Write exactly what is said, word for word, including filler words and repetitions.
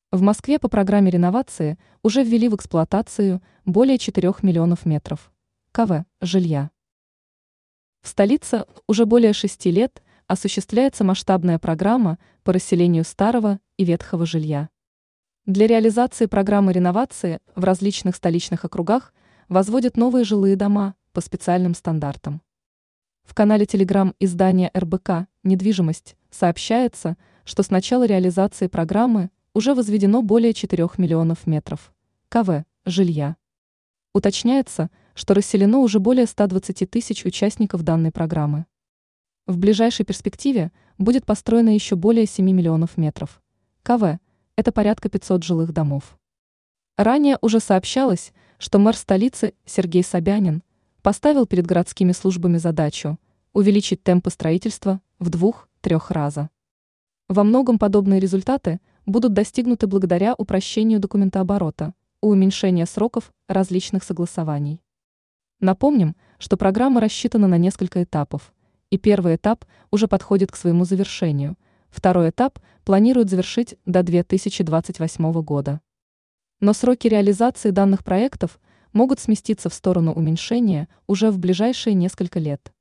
В Москве по программе реновации уже ввели в эксплуатацию более четырёх миллионов метров КВ жилья. В столице уже более шести лет осуществляется масштабная программа по расселению старого и ветхого жилья. Для реализации программы реновации в различных столичных округах возводят новые жилые дома по специальным стандартам. В канале Telegram издания эр бэ ка «Недвижимость» сообщается, что с начала реализации программы уже возведено более четырёх миллионов метров КВ жилья. Уточняется, что расселено уже более ста двадцати тысяч участников данной программы. В ближайшей перспективе будет построено еще более семи миллионов метров КВ, это порядка пятисот жилых домов. Ранее уже сообщалось, что мэр столицы Сергей Собянин поставил перед городскими службами задачу увеличить темпы строительства в двух-трех раза. Во многом подобные результаты будут достигнуты благодаря упрощению документооборота и уменьшению сроков различных согласований. Напомним, что программа рассчитана на несколько этапов, и первый этап уже подходит к своему завершению, второй этап планируют завершить до две тысячи двадцать восьмого года. Но сроки реализации данных проектов могут сместиться в сторону уменьшения уже в ближайшие несколько лет.